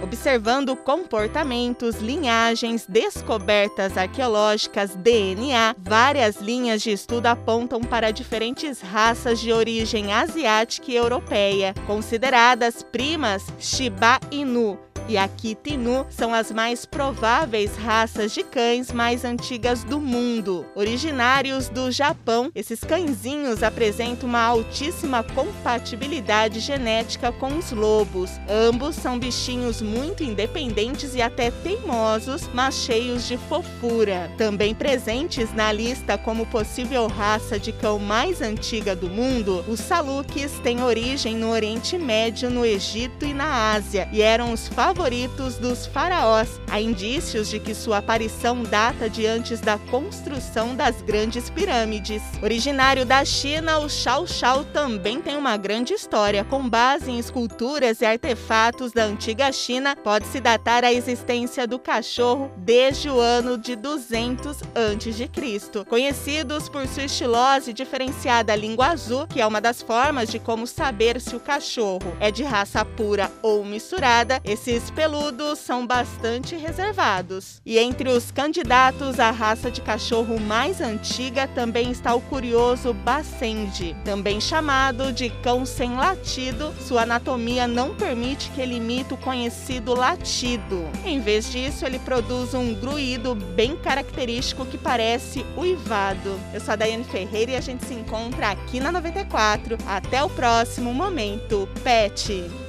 Observando comportamentos, linhagens, descobertas arqueológicas, DNA, várias linhas de estudo apontam para diferentes raças de origem asiática e europeia, consideradas primas Shiba Inu e Akita Inu são as mais prováveis raças de cães mais antigas do mundo. Originários do Japão, esses cãezinhos apresentam uma altíssima compatibilidade genética com os lobos. Ambos são bichinhos muito independentes e até teimosos, mas cheios de fofura. Também presentes na lista como possível raça de cão mais antiga do mundo, os Salukis têm origem no Oriente Médio, no Egito e na Ásia, e eram os favoritos dos faraós. Há indícios de que sua aparição data de antes da construção das grandes pirâmides. Originário da China, o Chow Chow também tem uma grande história. Com base em esculturas e artefatos da antiga China, pode-se datar a existência do cachorro desde o ano de 200 a.C. Conhecidos por sua estilosa e diferenciada língua azul, que é uma das formas de como saber se o cachorro é de raça pura ou misturada, esses peludos são bastante reservados. E entre os candidatos à raça de cachorro mais antiga também está o curioso Basenji, também chamado de cão sem latido. Sua anatomia não permite que ele imite o conhecido latido. Em vez disso, ele produz um gruído bem característico que parece uivado. Eu sou a Daiane Ferreira e a gente se encontra aqui na 94. Até o próximo Momento Pet!